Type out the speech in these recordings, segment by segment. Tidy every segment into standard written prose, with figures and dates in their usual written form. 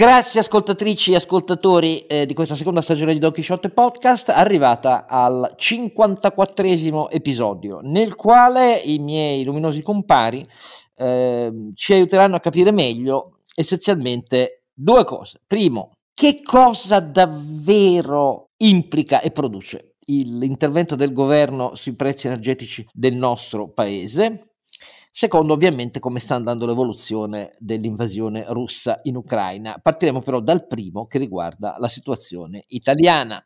Grazie ascoltatrici e ascoltatori di questa seconda stagione di Don Chisciotte Podcast, arrivata al 54esimo episodio, nel quale i miei luminosi compari ci aiuteranno a capire meglio essenzialmente due cose. Primo, che cosa davvero implica e produce l'intervento del governo sui prezzi energetici del nostro paese. Secondo, ovviamente, come sta andando l'evoluzione dell'invasione russa in Ucraina. Partiremo però dal primo, che riguarda la situazione italiana.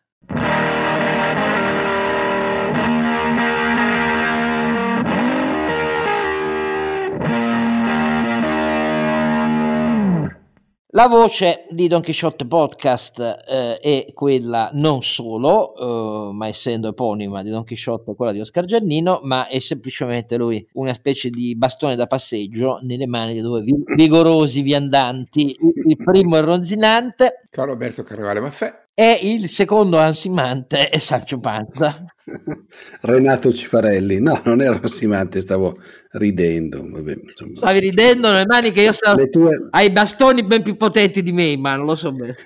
La voce di Don Chisciotte Podcast è quella non solo, ma essendo eponima di Don Chisciotte quella di Oscar Giannino, ma è semplicemente lui una specie di bastone da passeggio nelle mani di due vigorosi viandanti. Il primo è Ronzinante. Caro Roberto Carnevale Maffè. E il secondo ansimante è Sancio Panza. Renato Cifarelli. No, non ero ansimante, stavo ridendo. Vabbè, stavi ridendo nelle mani che io hai bastoni ben più potenti di me, ma non lo so bene.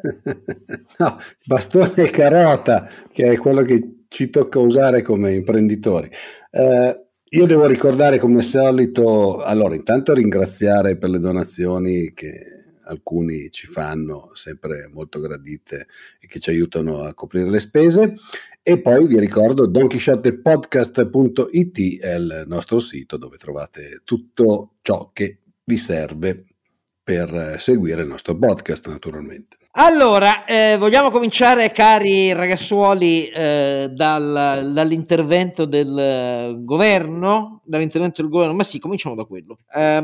No, bastone e carota, che è quello che ci tocca usare come imprenditori. Io devo ricordare come al solito, allora intanto ringraziare per le donazioni che alcuni ci fanno, sempre molto gradite e che ci aiutano a coprire le spese, e poi vi ricordo donchisciottepodcast.it è il nostro sito dove trovate tutto ciò che vi serve per seguire il nostro podcast, naturalmente. Allora, vogliamo cominciare, cari ragazzuoli, dall'intervento del governo? Dall'intervento del governo? Ma sì, cominciamo da quello.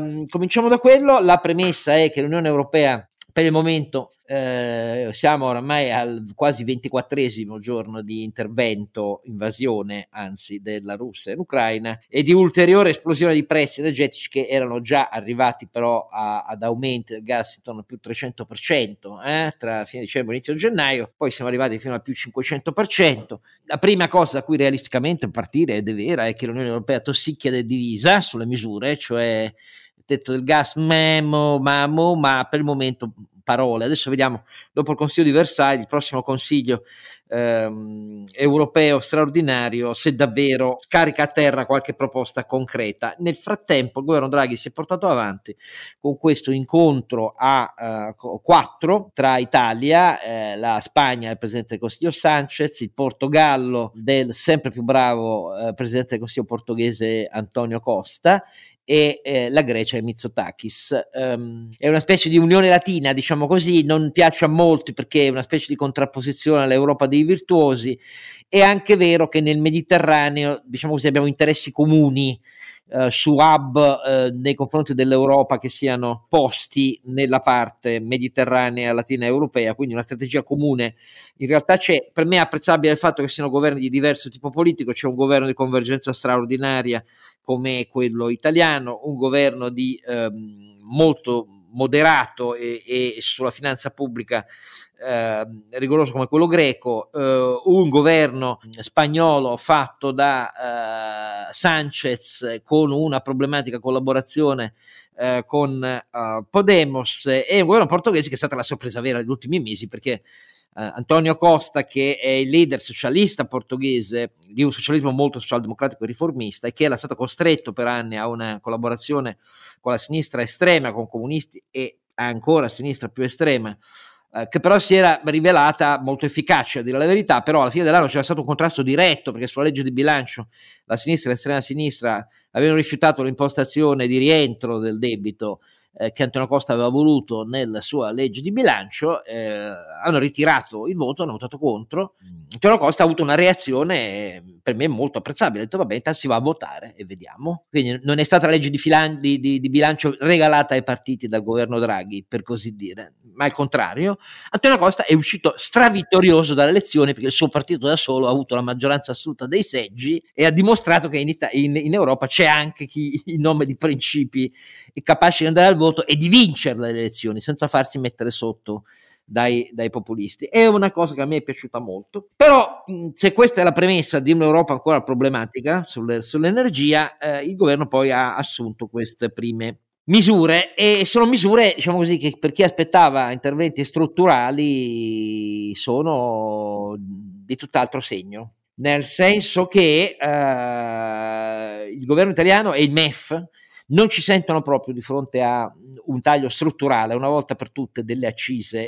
La premessa è che l'Unione Europea, per il momento, siamo oramai al quasi 24esimo giorno di intervento, invasione anzi, della Russia in Ucraina, e di ulteriore esplosione di prezzi energetici che erano già arrivati però ad aumenti del gas intorno al più 300% tra fine dicembre e inizio gennaio, poi siamo arrivati fino al più 500%. La prima cosa da cui realisticamente partire, ed è vera, è che l'Unione Europea tossicchia di divisa sulle misure, cioè il tetto del gas ma per il momento parole. Adesso vediamo, dopo il Consiglio di Versailles, il prossimo Consiglio europeo straordinario, se davvero carica a terra qualche proposta concreta. Nel frattempo il governo Draghi si è portato avanti con questo incontro a 4 tra Italia, la Spagna, il Presidente del Consiglio Sanchez, il Portogallo del sempre più bravo Presidente del Consiglio portoghese Antonio Costa, e la Grecia e Mitsotakis. È una specie di unione latina, diciamo così, non piace a molti perché è una specie di contrapposizione all'Europa dei virtuosi. È anche vero che nel Mediterraneo, diciamo così, abbiamo interessi comuni su hub nei confronti dell'Europa che siano posti nella parte mediterranea latina europea, quindi una strategia comune in realtà c'è. Per me è apprezzabile il fatto che siano governi di diverso tipo politico, c'è un governo di convergenza straordinaria come quello italiano, un governo di molto moderato e sulla finanza pubblica rigoroso come quello greco, un governo spagnolo fatto da Sanchez con una problematica collaborazione con Podemos, e un governo portoghese che è stata la sorpresa vera degli ultimi mesi, perché Antonio Costa, che è il leader socialista portoghese di un socialismo molto socialdemocratico e riformista, e che era stato costretto per anni a una collaborazione con la sinistra estrema, con comunisti e ancora sinistra più estrema, che però si era rivelata molto efficace, a dire la verità. Però alla fine dell'anno c'era stato un contrasto diretto, perché sulla legge di bilancio la sinistra e l'estrema sinistra avevano rifiutato l'impostazione di rientro del debito che Antonio Costa aveva voluto nella sua legge di bilancio, hanno ritirato il voto, hanno votato contro. Antonio Costa ha avuto una reazione per me molto apprezzabile, ha detto vabbè, intanto si va a votare e vediamo. Quindi non è stata la legge di bilancio regalata ai partiti dal governo Draghi, per così dire, ma al contrario. Antonio Costa è uscito stravittorioso dalle elezioni perché il suo partito da solo ha avuto la maggioranza assoluta dei seggi e ha dimostrato che in Europa c'è anche chi in nome di principi è capace di andare al voto e di vincere le elezioni senza farsi mettere sotto dai populisti. È una cosa che a me è piaciuta molto. Però se questa è la premessa di un'Europa ancora problematica sull'energia, il governo poi ha assunto queste prime misure, e sono misure, diciamo così, che per chi aspettava interventi strutturali sono di tutt'altro segno, nel senso che il governo italiano e il MEF non ci sentono proprio di fronte a un taglio strutturale una volta per tutte delle accise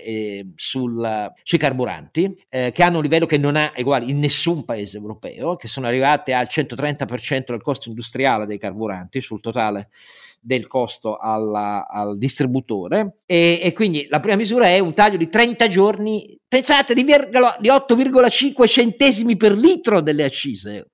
sui carburanti, che hanno un livello che non ha uguali in nessun paese europeo, che sono arrivate al 130% del costo industriale dei carburanti sul totale del costo al distributore, e quindi la prima misura è un taglio di 30 giorni, pensate, di 8,5 centesimi per litro delle accise.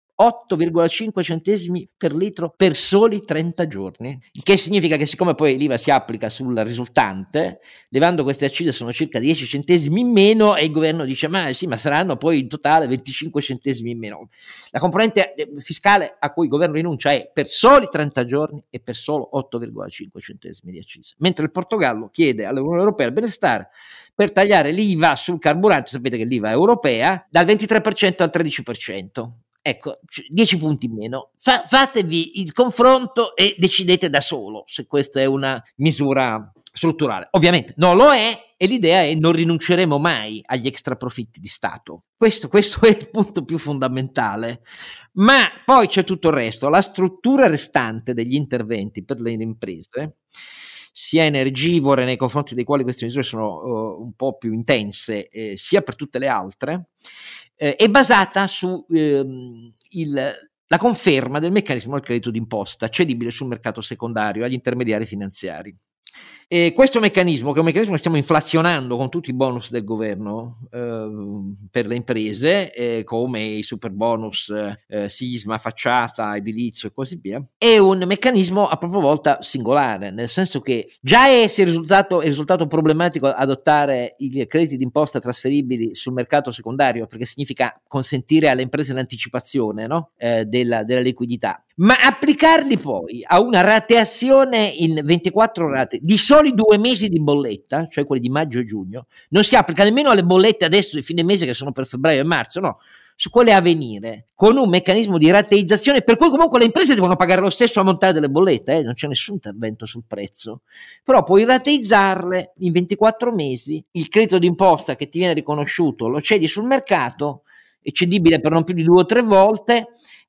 8,5 centesimi per litro per soli 30 giorni, il che significa che siccome poi l'IVA si applica sul risultante, levando queste accise sono circa 10 centesimi in meno, e il governo dice ma sì, ma saranno poi in totale 25 centesimi in meno. La componente fiscale a cui il governo rinuncia è per soli 30 giorni e per solo 8,5 centesimi di accise, mentre il Portogallo chiede all'Unione Europea il benestare per tagliare l'IVA sul carburante, sapete che l'IVA è europea, dal 23% al 13%. Ecco, 10 punti in meno. Fatevi il confronto e decidete da solo se questa è una misura strutturale. Ovviamente non lo è, e l'idea è non rinunceremo mai agli extra profitti di Stato. Questo è il punto più fondamentale. Ma poi c'è tutto il resto. La struttura restante degli interventi per le imprese, sia energivore nei confronti dei quali queste misure sono un po' più intense, sia per tutte le altre, è basata su la conferma del meccanismo del credito d'imposta cedibile sul mercato secondario agli intermediari finanziari. E questo meccanismo, che è un meccanismo che stiamo inflazionando con tutti i bonus del governo per le imprese, come i super bonus sisma, facciata, edilizio e così via, è un meccanismo a propria volta singolare, nel senso che già è risultato problematico adottare i crediti d'imposta trasferibili sul mercato secondario, perché significa consentire alle imprese l'anticipazione, no? della liquidità, ma applicarli poi a una rateazione in 24 rate di soli 2 mesi di bolletta, cioè quelli di maggio e giugno, non si applica nemmeno alle bollette adesso di fine mese che sono per febbraio e marzo, no, su quelle a venire, con un meccanismo di rateizzazione per cui comunque le imprese devono pagare lo stesso ammontare delle bollette, non c'è nessun intervento sul prezzo, però puoi rateizzarle in 24 mesi, il credito d'imposta che ti viene riconosciuto lo cedi sul mercato, è cedibile per non più di 2 o 3 volte,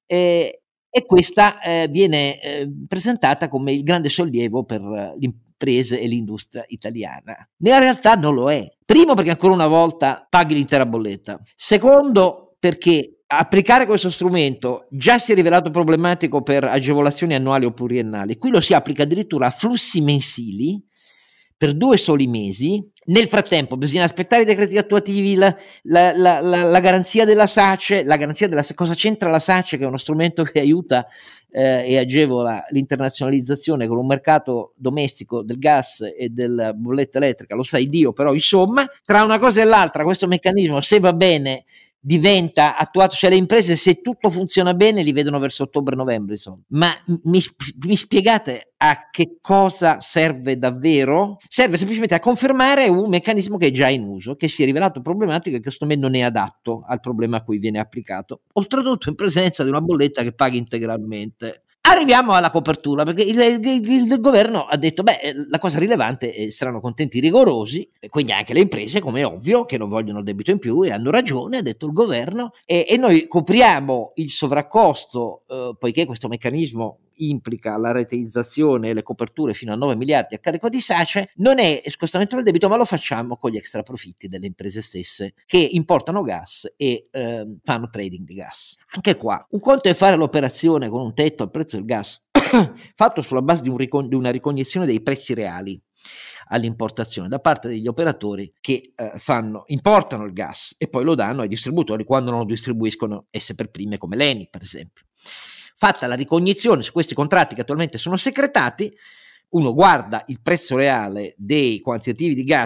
e questa viene presentata come il grande sollievo per le imprese e l'industria italiana. Nella realtà non lo è. Primo, perché ancora una volta paghi l'intera bolletta. Secondo, perché applicare questo strumento già si è rivelato problematico per agevolazioni annuali o pluriennali. Qui lo si applica addirittura a flussi mensili per 2 soli mesi. Nel frattempo bisogna aspettare i decreti attuativi, la garanzia della SACE. Cosa c'entra la SACE, che è uno strumento che aiuta e agevola l'internazionalizzazione con un mercato domestico del gas e della bolletta elettrica, lo sai Dio, però insomma tra una cosa e l'altra questo meccanismo, se va bene, diventa attuato, cioè le imprese, se tutto funziona bene, li vedono verso ottobre-novembre, insomma. Ma mi spiegate a che cosa serve davvero? Serve semplicemente a confermare un meccanismo che è già in uso, che si è rivelato problematico e che secondo me non è adatto al problema a cui viene applicato, oltretutto in presenza di una bolletta che paghi integralmente. Arriviamo alla copertura, perché il governo ha detto la cosa rilevante saranno contenti i rigorosi, e quindi anche le imprese, come è ovvio, che non vogliono il debito in più, e hanno ragione, ha detto il governo, e noi copriamo il sovraccosto, poiché questo meccanismo implica la rateizzazione e le coperture fino a 9 miliardi a carico di SACE, non è scostamento del debito, ma lo facciamo con gli extra profitti delle imprese stesse che importano gas e fanno trading di gas. Anche qua, un conto è fare l'operazione con un tetto al prezzo del gas fatto sulla base di una ricognizione dei prezzi reali all'importazione da parte degli operatori che importano il gas e poi lo danno ai distributori quando non lo distribuiscono esse per prime, come l'ENI per esempio. Fatta la ricognizione su questi contratti che attualmente sono secretati, uno guarda il prezzo reale dei quantitativi di gas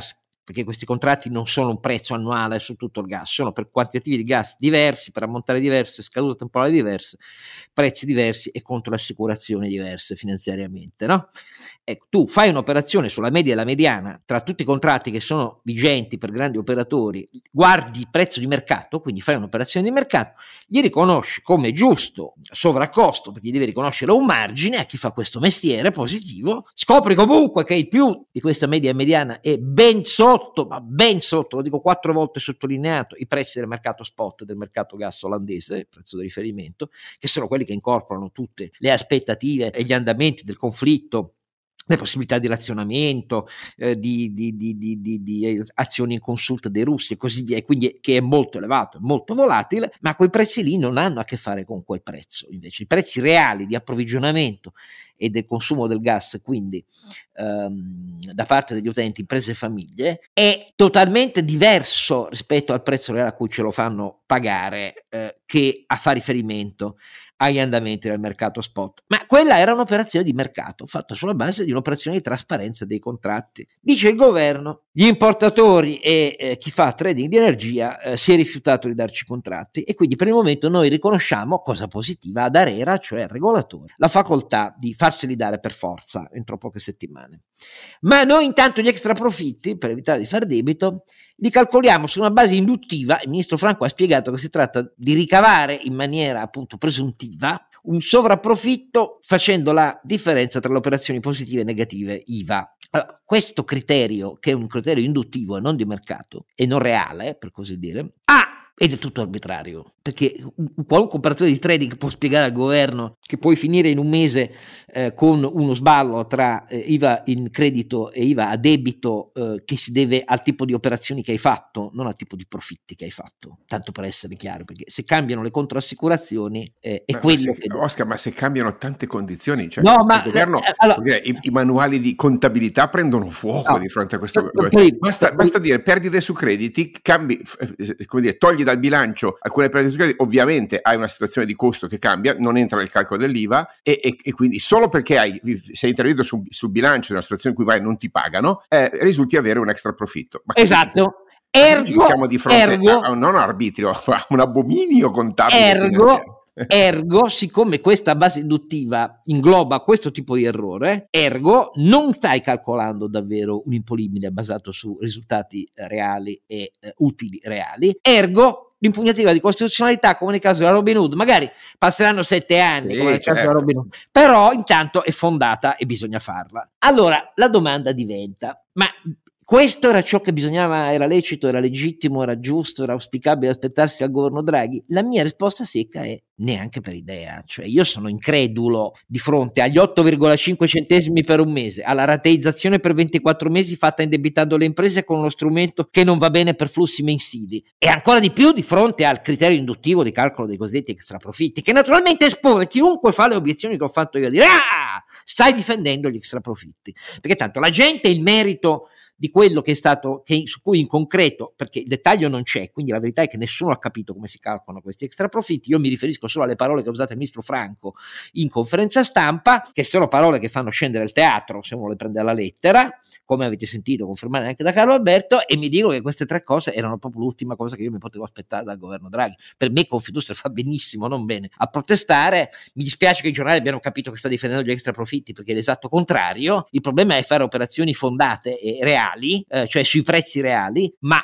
perché questi contratti non sono un prezzo annuale su tutto il gas, sono per quantitativi di gas diversi, per ammontare diverse, scadute temporali diverse, prezzi diversi e contro assicurazioni diverse finanziariamente, no? Ecco, tu fai un'operazione sulla media e la mediana tra tutti i contratti che sono vigenti per grandi operatori, guardi il prezzo di mercato, quindi fai un'operazione di mercato, gli riconosci come giusto sovraccosto, perché gli devi riconoscere un margine a chi fa questo mestiere positivo, scopri comunque che il più di questa media e mediana è ben sotto, ma ben sotto, lo dico 4 volte sottolineato, i prezzi del mercato spot, del mercato gas olandese, il prezzo di riferimento, che sono quelli che incorporano tutte le aspettative e gli andamenti del conflitto, le possibilità di razionamento, di azioni in consulta dei russi e così via, e quindi che è molto elevato, è molto volatile, ma quei prezzi lì non hanno a che fare con quel prezzo. Invece i prezzi reali di approvvigionamento e del consumo del gas, quindi da parte degli utenti, imprese e famiglie, è totalmente diverso rispetto al prezzo reale a cui ce lo fanno pagare, che a fa riferimento agli andamenti del mercato spot. Ma quella era un'operazione di mercato fatta sulla base di un'operazione di trasparenza dei contratti. Dice il governo, gli importatori e chi fa trading di energia si è rifiutato di darci contratti, e quindi per il momento noi riconosciamo, cosa positiva, ad ARERA, cioè al regolatore, la facoltà di farseli dare per forza entro poche settimane. Ma noi intanto gli extra profitti, per evitare di far debito, li calcoliamo su una base induttiva. Il ministro Franco ha spiegato che si tratta di ricavare in maniera appunto presuntiva un sovrapprofitto facendo la differenza tra le operazioni positive e negative IVA. Allora, questo criterio, che è un criterio induttivo e non di mercato e non reale, per così dire, è del tutto arbitrario, perché un qualunque operatore di trading può spiegare al governo che puoi finire in un mese con uno sballo tra IVA in credito e IVA a debito che si deve al tipo di operazioni che hai fatto, non al tipo di profitti che hai fatto, tanto per essere chiaro, perché se cambiano le controassicurazioni è quello che... Oscar, ma se cambiano tante condizioni, cioè no, ma, il governo, allora, i manuali di contabilità prendono fuoco di fronte a questo. Basta dire perdite su crediti, cambi, come dire, togli dal bilancio alcune perdite su crediti, ovviamente hai una situazione di costo che cambia, non entra nel calcolo dell'IVA e quindi solo perché sei intervenuto sul bilancio di una situazione in cui vai non ti pagano, risulti avere un extra profitto. Ma esatto. Ergo, siamo di fronte a non arbitrio, a un abominio contabile. Ergo, siccome questa base induttiva ingloba questo tipo di errore, ergo non stai calcolando davvero un imponibile basato su risultati reali e utili reali, ergo l'impugnativa di costituzionalità, come nel caso della Robin Hood, magari passeranno 7 anni, come nel caso della Robin Hood, però intanto è fondata e bisogna farla. Allora la domanda diventa, ma questo era ciò che bisognava, era lecito, era legittimo, era giusto, era auspicabile aspettarsi al governo Draghi? La mia risposta secca è neanche per idea. Cioè io sono incredulo di fronte agli 8,5 centesimi per un mese, alla rateizzazione per 24 mesi fatta indebitando le imprese con uno strumento che non va bene per flussi mensili, e ancora di più di fronte al criterio induttivo di calcolo dei cosiddetti extraprofitti, che naturalmente espone chiunque fa le obiezioni che ho fatto io a dire stai difendendo gli extraprofitti, perché tanto la gente il merito di quello che è stato, su cui in concreto, perché il dettaglio non c'è, quindi la verità è che nessuno ha capito come si calcolano questi extraprofitti. Io mi riferisco solo alle parole che ha usato il ministro Franco in conferenza stampa, che sono parole che fanno scendere il teatro se uno le prende alla lettera, come avete sentito confermare anche da Carlo Alberto, e mi dico che queste 3 cose erano proprio l'ultima cosa che io mi potevo aspettare dal governo Draghi. Per me Confindustria fa benissimo, non bene, a protestare. Mi dispiace che i giornali abbiano capito che sta difendendo gli extraprofitti, perché è l'esatto contrario. Il problema è fare operazioni fondate e reali, cioè sui prezzi reali, ma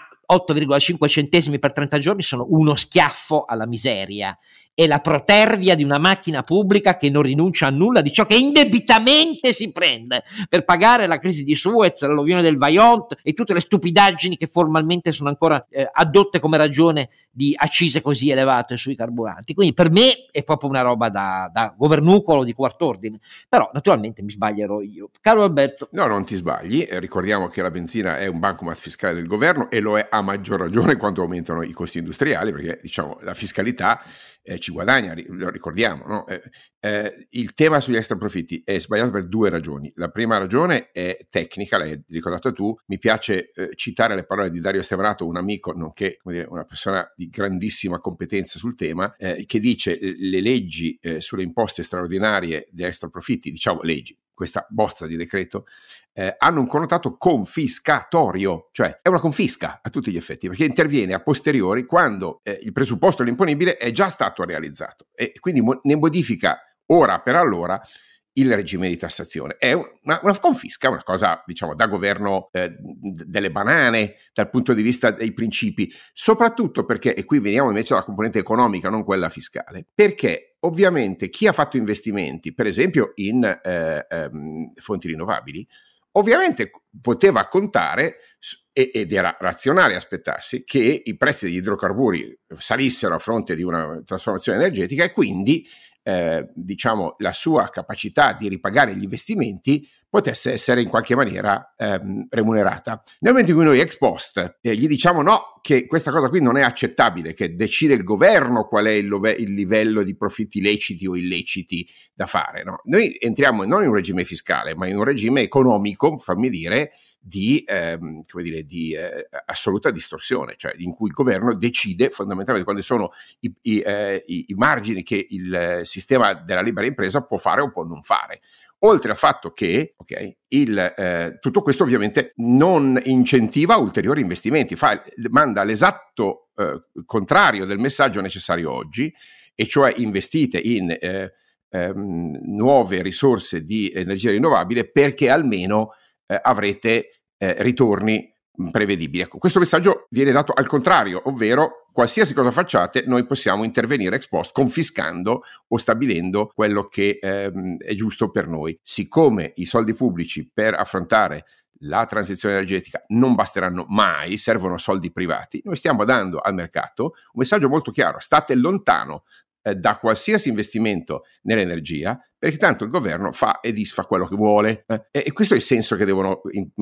8,5 centesimi per 30 giorni sono uno schiaffo alla miseria. È la protervia di una macchina pubblica che non rinuncia a nulla di ciò che indebitamente si prende per pagare la crisi di Suez, l'alluvione del Vajont e tutte le stupidaggini che formalmente sono ancora addotte come ragione di accise così elevate sui carburanti. Quindi per me è proprio una roba da governucolo di quart'ordine, però naturalmente mi sbaglierò io. Caro Alberto. No, non ti sbagli, ricordiamo che la benzina è un bancomat fiscale del governo e lo è a maggior ragione quando aumentano i costi industriali, perché diciamo la fiscalità ci guadagna, lo ricordiamo, no? Il tema sugli extraprofitti è sbagliato per 2 ragioni. La prima ragione è tecnica, l'hai ricordato tu. Mi piace citare le parole di Dario Stevanato, un amico nonché, come dire, una persona di grandissima competenza sul tema, che dice le leggi sulle imposte straordinarie degli extraprofitti, diciamo leggi, questa bozza di decreto, hanno un connotato confiscatorio, cioè è una confisca a tutti gli effetti, perché interviene a posteriori quando il presupposto dell'imponibile è già stato realizzato e quindi ne modifica ora per allora il regime di tassazione. È una confisca, una cosa, diciamo, da governo delle banane dal punto di vista dei principi, soprattutto perché, e qui veniamo invece alla componente economica, non quella fiscale, perché ovviamente chi ha fatto investimenti, per esempio in fonti rinnovabili, ovviamente poteva contare ed era razionale aspettarsi che i prezzi degli idrocarburi salissero a fronte di una trasformazione energetica e quindi diciamo la sua capacità di ripagare gli investimenti potesse essere in qualche maniera remunerata. Nel momento in cui noi ex post gli diciamo no, che questa cosa qui non è accettabile, che decide il governo qual è il livello di profitti leciti o illeciti da fare, no? Noi entriamo non in un regime fiscale ma in un regime economico, fammi dire, di assoluta distorsione, cioè in cui il governo decide fondamentalmente quali sono i margini che il sistema della libera impresa può fare o può non fare. Oltre al fatto che tutto questo ovviamente non incentiva ulteriori investimenti, manda l'esatto contrario del messaggio necessario oggi, e cioè investite in nuove risorse di energia rinnovabile perché almeno avrete ritorni prevedibili. Ecco, questo messaggio viene dato al contrario, ovvero qualsiasi cosa facciate noi possiamo intervenire ex post confiscando o stabilendo quello che è giusto per noi. Siccome i soldi pubblici per affrontare la transizione energetica non basteranno mai, servono soldi privati, noi stiamo dando al mercato un messaggio molto chiaro: state lontano da qualsiasi investimento nell'energia, perché tanto il governo fa e disfa quello che vuole, e questo è il senso che devono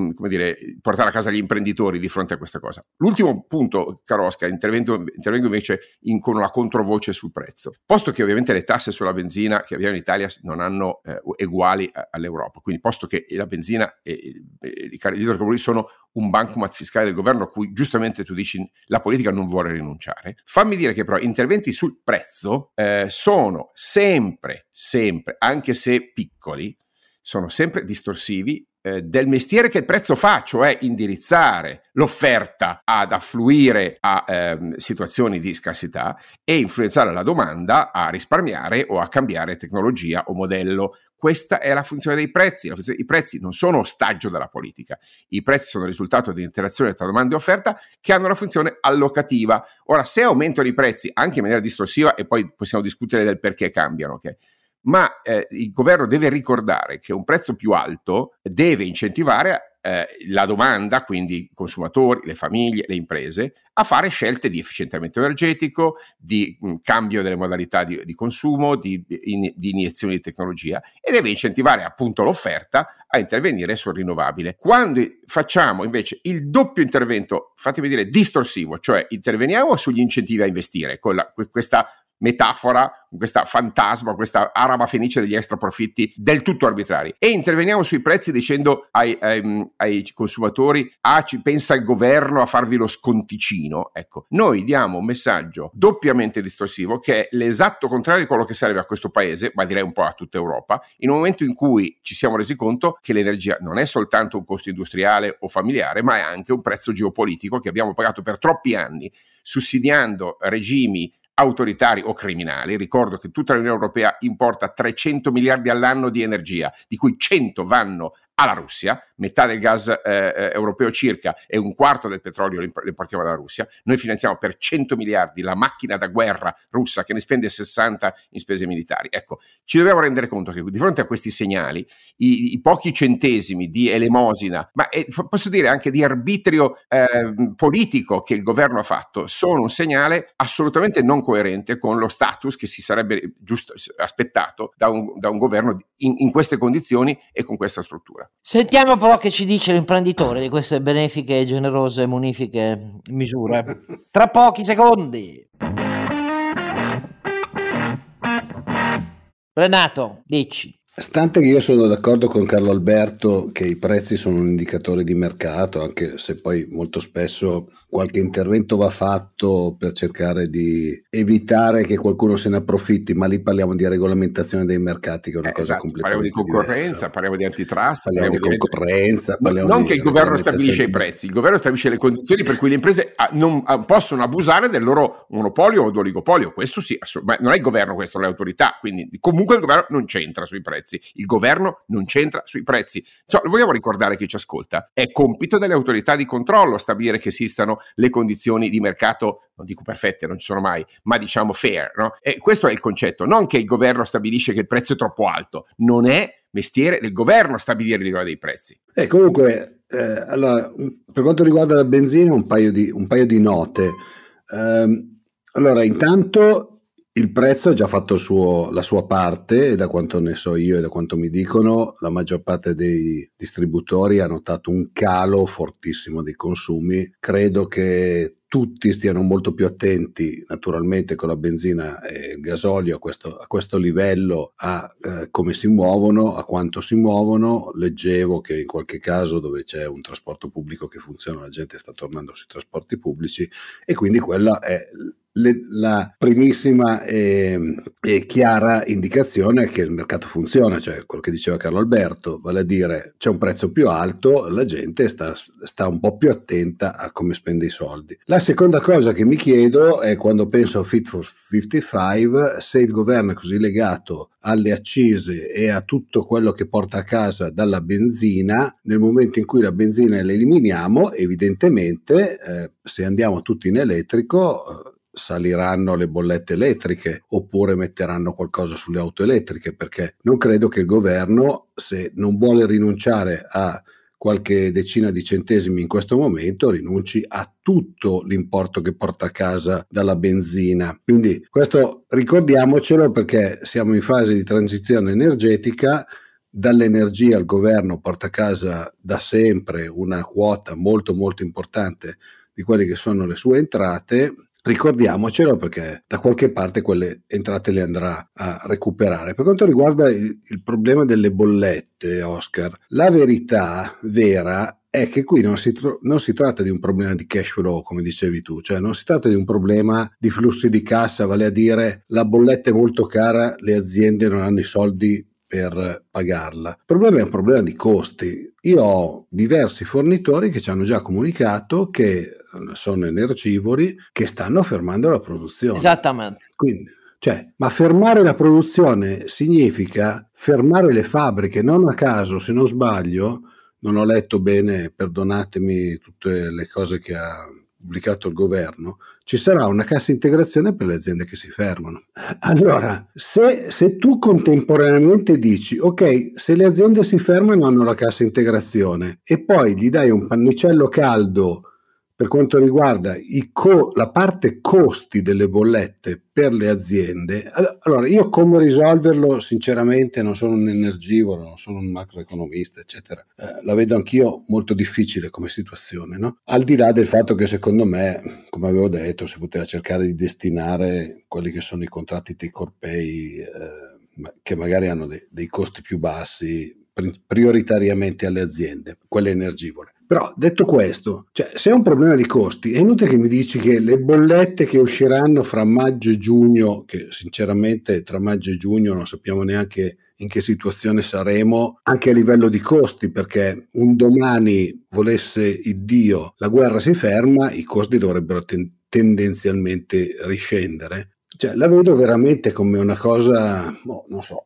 portare a casa gli imprenditori di fronte a questa cosa. L'ultimo punto, caro Oscar, intervengo invece con una controvoce sul prezzo, posto che ovviamente le tasse sulla benzina che abbiamo in Italia non hanno uguali all'Europa, quindi posto che la benzina e gli idrocarburi sono un bancomat fiscale del governo a cui giustamente tu dici la politica non vuole rinunciare, fammi dire che però interventi sul prezzo sono sempre, anche se piccoli, sono sempre distorsivi del mestiere che il prezzo fa, cioè indirizzare l'offerta ad affluire a situazioni di scarsità e influenzare la domanda a risparmiare o a cambiare tecnologia o modello. Questa è la funzione dei prezzi. I prezzi non sono ostaggio della politica, i prezzi sono il risultato di interazione tra domanda e offerta che hanno una funzione allocativa. Ora, se aumentano i prezzi anche in maniera distorsiva, e poi possiamo discutere del perché cambiano, ok? Ma il governo deve ricordare che un prezzo più alto deve incentivare la domanda, quindi i consumatori, le famiglie, le imprese, a fare scelte di efficientamento energetico, di cambio delle modalità di consumo, di iniezioni di tecnologia, e deve incentivare appunto l'offerta a intervenire sul rinnovabile. Quando facciamo invece il doppio intervento, fatemi dire distorsivo, cioè interveniamo sugli incentivi a investire con questa metafora, questa fantasma, questa araba fenice degli extra profitti del tutto arbitrari, e interveniamo sui prezzi dicendo ai consumatori ci pensa il governo a farvi lo sconticino. Ecco, noi diamo un messaggio doppiamente distorsivo che è l'esatto contrario di quello che serve a questo paese, ma direi un po' a tutta Europa, in un momento in cui ci siamo resi conto che l'energia non è soltanto un costo industriale o familiare, ma è anche un prezzo geopolitico che abbiamo pagato per troppi anni sussidiando regimi autoritari o criminali. Ricordo che tutta l'Unione Europea importa 300 miliardi all'anno di energia, di cui 100 vanno alla Russia, metà del gas europeo circa e un quarto del petrolio lo importiamo dalla Russia. Noi finanziamo per 100 miliardi la macchina da guerra russa che ne spende 60 in spese militari. Ecco, ci dobbiamo rendere conto che di fronte a questi segnali i pochi centesimi di elemosina, ma posso dire anche di arbitrio politico che il governo ha fatto, sono un segnale assolutamente non coerente con lo status che si sarebbe giusto aspettato da un governo in queste condizioni e con questa struttura. Sentiamo però che ci dice l'imprenditore di queste benefiche e generose munifiche misure. Tra pochi secondi. Renato, dici. Stante che io sono d'accordo con Carlo Alberto che i prezzi sono un indicatore di mercato, anche se poi molto spesso qualche intervento va fatto per cercare di evitare che qualcuno se ne approfitti, ma lì parliamo di regolamentazione dei mercati, che è una cosa Esatto, parliamo di completamente concorrenza, diversa. parliamo di antitrust, Parliamo di concorrenza, parliamo non di che il governo regolamentazione stabilisce i prezzi, il governo stabilisce le condizioni per cui le imprese non possono abusare del loro monopolio o oligopolio. Questo sì, ma non è il governo, questo, è l'autorità. Quindi comunque il governo non c'entra sui prezzi. Il governo non c'entra sui prezzi. Cioè, vogliamo ricordare chi ci ascolta? È compito delle autorità di controllo stabilire che esistano le condizioni di mercato, non dico perfette, non ci sono mai, ma diciamo fair, no? E questo è il concetto, non che il governo stabilisce che il prezzo è troppo alto, non è mestiere del governo stabilire il livello dei prezzi. Comunque, allora, per quanto riguarda la benzina, un paio di note. Allora, intanto il prezzo ha già fatto la sua parte, e da quanto ne so io e da quanto mi dicono, la maggior parte dei distributori ha notato un calo fortissimo dei consumi. Credo che tutti stiano molto più attenti, naturalmente, con la benzina e il gasolio a questo livello, a come si muovono, a quanto si muovono. Leggevo che in qualche caso dove c'è un trasporto pubblico che funziona, la gente sta tornando sui trasporti pubblici, e quindi quella è la primissima e chiara indicazione che il mercato funziona, cioè quello che diceva Carlo Alberto, vale a dire c'è un prezzo più alto, la gente sta un po' più attenta a come spende i soldi. La seconda cosa che mi chiedo è, quando penso a Fit for 55, se il governo è così legato alle accise e a tutto quello che porta a casa dalla benzina, nel momento in cui la benzina la eliminiamo, evidentemente se andiamo tutti in elettrico saliranno le bollette elettriche, oppure metteranno qualcosa sulle auto elettriche, perché non credo che il governo, se non vuole rinunciare a qualche decina di centesimi in questo momento, rinunci a tutto l'importo che porta a casa dalla benzina. Quindi questo ricordiamocelo, perché siamo in fase di transizione energetica. Dall'energia il governo porta a casa da sempre una quota molto molto importante di quelle che sono le sue entrate. Ricordiamocelo, perché da qualche parte quelle entrate le andrà a recuperare. Per quanto riguarda il problema delle bollette, Oscar, la verità vera è che qui non si tratta di un problema di cash flow, come dicevi tu, cioè non si tratta di un problema di flussi di cassa, vale a dire la bolletta è molto cara, le aziende non hanno i soldi per pagarla. Il problema è un problema di costi. Io ho diversi fornitori che ci hanno già comunicato che sono energivori, che stanno fermando la produzione. Esattamente. Quindi, ma fermare la produzione significa fermare le fabbriche. Non a caso, se non sbaglio, non ho letto bene, perdonatemi tutte le cose che ha pubblicato il governo, ci sarà una cassa integrazione per le aziende che si fermano. Allora, se tu contemporaneamente dici, ok, se le aziende si fermano hanno la cassa integrazione, e poi gli dai un pannicello caldo per quanto riguarda la parte costi delle bollette per le aziende, allora io come risolverlo, sinceramente non sono un energivoro, non sono un macroeconomista, eccetera, la vedo anch'io molto difficile come situazione, no? Al di là del fatto che secondo me, come avevo detto, si poteva cercare di destinare quelli che sono i contratti take or pay, che magari hanno dei costi più bassi, prioritariamente alle aziende, quelle energivore. Però detto questo, se è un problema di costi, è inutile che mi dici che le bollette che usciranno fra maggio e giugno, che sinceramente tra maggio e giugno non sappiamo neanche in che situazione saremo, anche a livello di costi, perché un domani, volesse Iddio, la guerra si ferma, i costi dovrebbero tendenzialmente riscendere. La vedo veramente come una cosa, non so.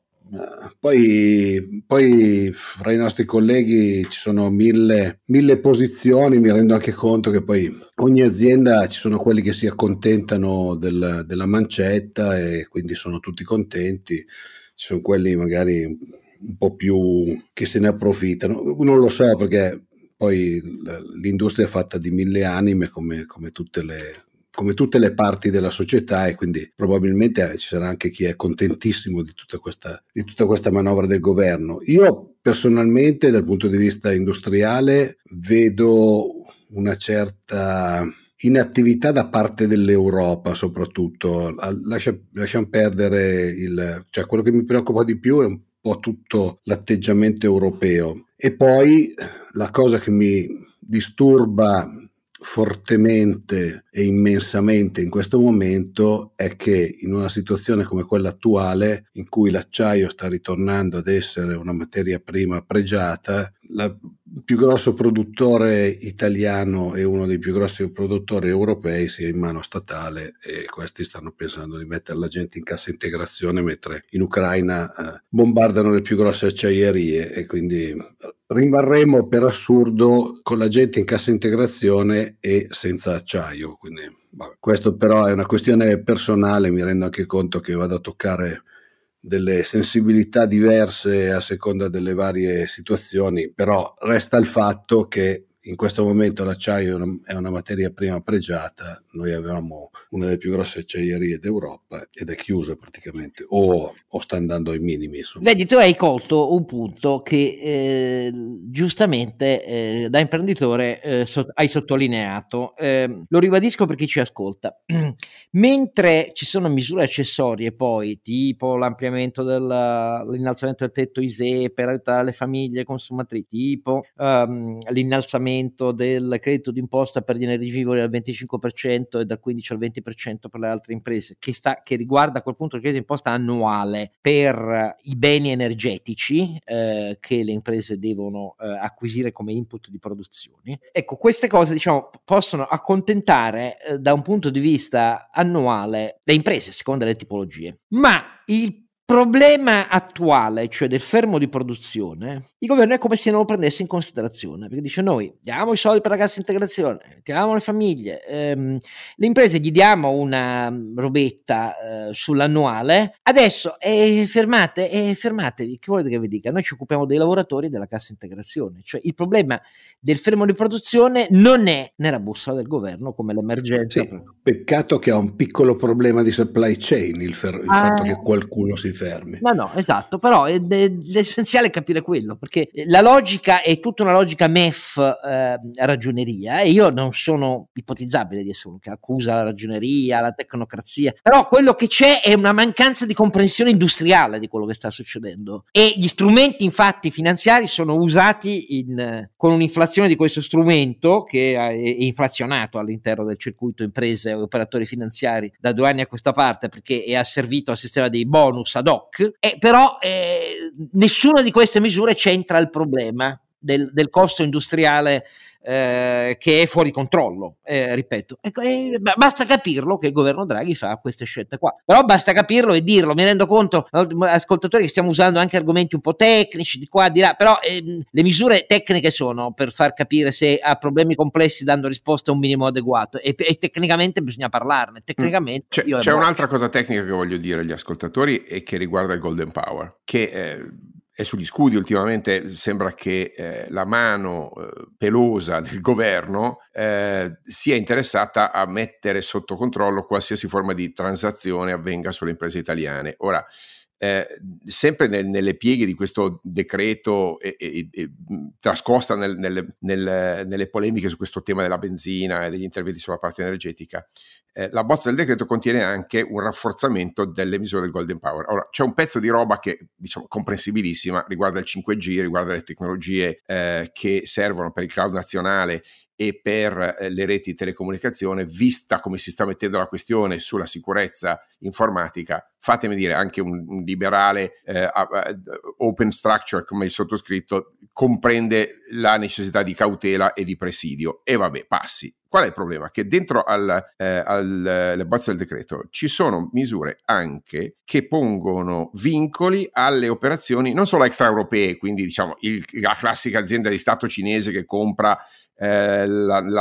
Poi fra i nostri colleghi ci sono mille posizioni. Mi rendo anche conto che poi ogni azienda, ci sono quelli che si accontentano della mancetta e quindi sono tutti contenti, ci sono quelli magari un po' più che se ne approfittano. Non lo so, perché poi l'industria è fatta di mille anime, come tutte le parti della società, e quindi probabilmente ci sarà anche chi è contentissimo di tutta questa manovra del governo. Io personalmente, dal punto di vista industriale, vedo una certa inattività da parte dell'Europa, soprattutto. Lasciamo perdere quello che mi preoccupa di più è un po' tutto l'atteggiamento europeo. E poi la cosa che mi disturba fortemente e immensamente in questo momento è che in una situazione come quella attuale, in cui l'acciaio sta ritornando ad essere una materia prima pregiata, il più grosso produttore italiano e uno dei più grossi produttori europei sia in mano statale, e questi stanno pensando di mettere la gente in cassa integrazione mentre in Ucraina bombardano le più grosse acciaierie, e quindi rimarremo per assurdo con la gente in cassa integrazione e senza acciaio. Quindi, questo però è una questione personale, mi rendo anche conto che vado a toccare delle sensibilità diverse a seconda delle varie situazioni, però resta il fatto che in questo momento l'acciaio è una materia prima pregiata. Noi avevamo una delle più grosse acciaierie d'Europa ed è chiusa praticamente, o sta andando ai minimi, insomma. Vedi, tu hai colto un punto che giustamente da imprenditore hai sottolineato. Lo ribadisco per chi ci ascolta. Mentre ci sono misure accessorie poi, tipo l'ampliamento l'innalzamento del tetto ISEE per aiutare le famiglie consumatrici, tipo l'innalzamento del credito d'imposta per gli energivori al 25% e dal 15 al 20% per le altre imprese, che riguarda a quel punto il credito d'imposta annuale per i beni energetici che le imprese devono acquisire come input di produzione. Ecco, queste cose, diciamo, possono accontentare da un punto di vista annuale le imprese a seconda delle tipologie, ma il problema attuale, cioè del fermo di produzione, il governo è come se non lo prendesse in considerazione, perché dice: noi diamo i soldi per la cassa integrazione, diamo le famiglie, le imprese gli diamo una robetta sull'annuale, adesso fermatevi, che volete che vi dica? Noi ci occupiamo dei lavoratori della cassa integrazione. Cioè il problema del fermo di produzione non è nella bussola del governo come l'emergenza. Sì, peccato che ha un piccolo problema di supply chain il fatto che qualcuno si fermi. No, esatto, però l'essenziale è capire quello, perché la logica è tutta una logica MEF ragioneria, e io non sono ipotizzabile di essere uno che accusa la ragioneria, la tecnocrazia, però quello che c'è è una mancanza di comprensione industriale di quello che sta succedendo, e gli strumenti infatti finanziari sono usati con un'inflazione di questo strumento che è inflazionato all'interno del circuito imprese e operatori finanziari da 2 anni a questa parte, perché è asservito al sistema dei bonus ad hoc, però nessuna di queste misure c'entra il problema del costo industriale che è fuori controllo, ripeto. Ecco, basta capirlo che il governo Draghi fa queste scelte qua, però basta capirlo e dirlo. Mi rendo conto, ascoltatori, che stiamo usando anche argomenti un po' tecnici di qua di là, però le misure tecniche sono per far capire se ha problemi complessi dando risposta a un minimo adeguato, e tecnicamente bisogna parlarne. Tecnicamente c'è un'altra cosa tecnica che voglio dire agli ascoltatori e che riguarda il Golden Power, che è sugli scudi ultimamente. Sembra che la mano pelosa del governo sia interessata a mettere sotto controllo qualsiasi forma di transazione avvenga sulle imprese italiane. Ora, sempre nelle pieghe di questo decreto e trascosta nelle polemiche su questo tema della benzina e degli interventi sulla parte energetica, la bozza del decreto contiene anche un rafforzamento delle misure del Golden Power. Ora, c'è un pezzo di roba che, diciamo, comprensibilissima, riguarda il 5G, riguarda le tecnologie che servono per il cloud nazionale e per le reti di telecomunicazione. Vista come si sta mettendo la questione sulla sicurezza informatica, fatemi dire, anche un liberale open structure come il sottoscritto comprende la necessità di cautela e di presidio. E vabbè, passi. Qual è il problema? Che dentro alle bozze del decreto ci sono misure anche che pongono vincoli alle operazioni non solo extraeuropee, quindi diciamo la classica azienda di Stato cinese che compra il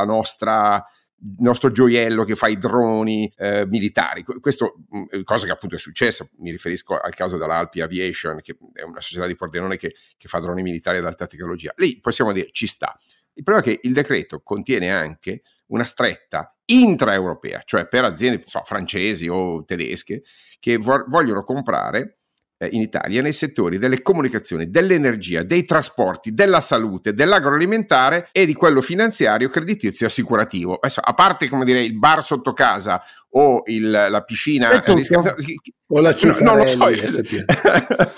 nostro gioiello che fa i droni militari. Questo è cosa che appunto è successa. Mi riferisco al caso dell'Alpi Aviation, che è una società di Pordenone che fa droni militari ad alta tecnologia. Lì possiamo dire ci sta. Il problema è che il decreto contiene anche una stretta intraeuropea, cioè per aziende francesi o tedesche che vogliono comprare in Italia nei settori delle comunicazioni, dell'energia, dei trasporti, della salute, dell'agroalimentare e di quello finanziario, creditizio e assicurativo. Adesso, a parte, come dire, il bar sotto casa o la piscina o la non lo so.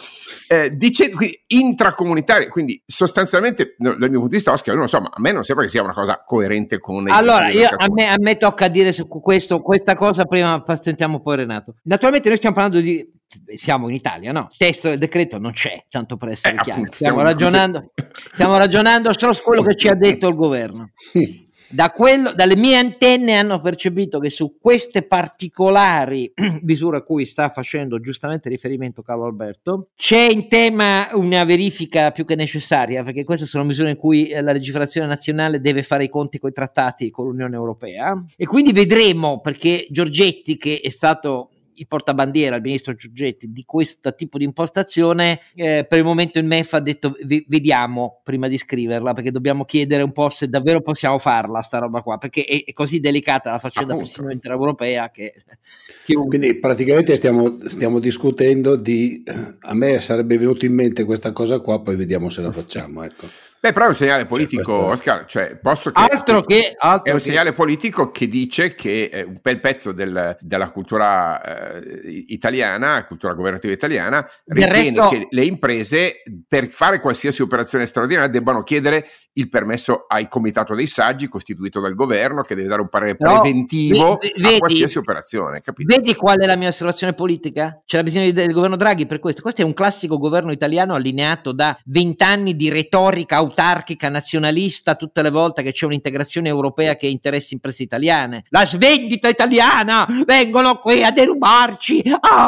intracomunitaria, quindi sostanzialmente dal mio punto di vista, Oscar, non lo so, ma a me non sembra che sia una cosa coerente con... Allora, a me tocca dire su questa cosa, prima sentiamo poi Renato. Naturalmente noi stiamo parlando siamo in Italia, no? Il testo del decreto non c'è, tanto per essere chiaro. Stiamo ragionando solo su quello che ci ha detto il governo. Dalle mie antenne hanno percepito che su queste particolari misure a cui sta facendo giustamente riferimento Carlo Alberto c'è in tema una verifica più che necessaria, perché queste sono misure in cui la legiferazione nazionale deve fare i conti con i trattati con l'Unione Europea, e quindi vedremo, perché Giorgetti, che è stato il portabandiera, il ministro Giorgetti, di questo tipo di impostazione, per il momento il MEF ha detto vediamo prima di scriverla, perché dobbiamo chiedere un po' se davvero possiamo farla sta roba qua, perché è così delicata la faccenda persino intereuropea che quindi praticamente stiamo discutendo di, a me sarebbe venuto in mente questa cosa qua, poi vediamo se la facciamo, ecco. Beh, però è un segnale politico, Oscar, cioè, posto che è un segnale politico che dice che un bel pezzo della cultura italiana, cultura governativa italiana, ritiene che le imprese, per fare qualsiasi operazione straordinaria, debbano chiedere il permesso al comitato dei saggi costituito dal governo, che deve dare un parere preventivo a qualsiasi operazione, capito? Vedi qual è la mia osservazione politica? C'era bisogno del governo Draghi per questo. Questo è un classico governo italiano allineato da 20 anni di retorica autarchica, nazionalista, tutte le volte che c'è un'integrazione europea che interessa imprese italiane. La svendita italiana, vengono qui a derubarci,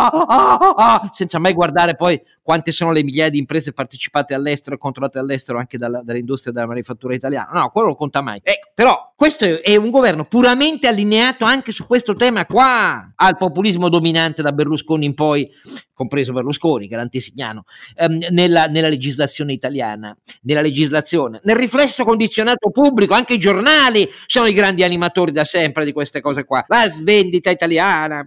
senza mai guardare poi quante sono le migliaia di imprese partecipate all'estero e controllate all'estero anche dall'industria della manifattura italiana. No, quello non conta mai. Però questo è un governo puramente allineato anche su questo tema qua al populismo dominante da Berlusconi in poi, compreso Berlusconi, che era antesignano, nella legislazione italiana, nel riflesso condizionato pubblico. Anche i giornali sono i grandi animatori da sempre di queste cose qua. La svendita italiana,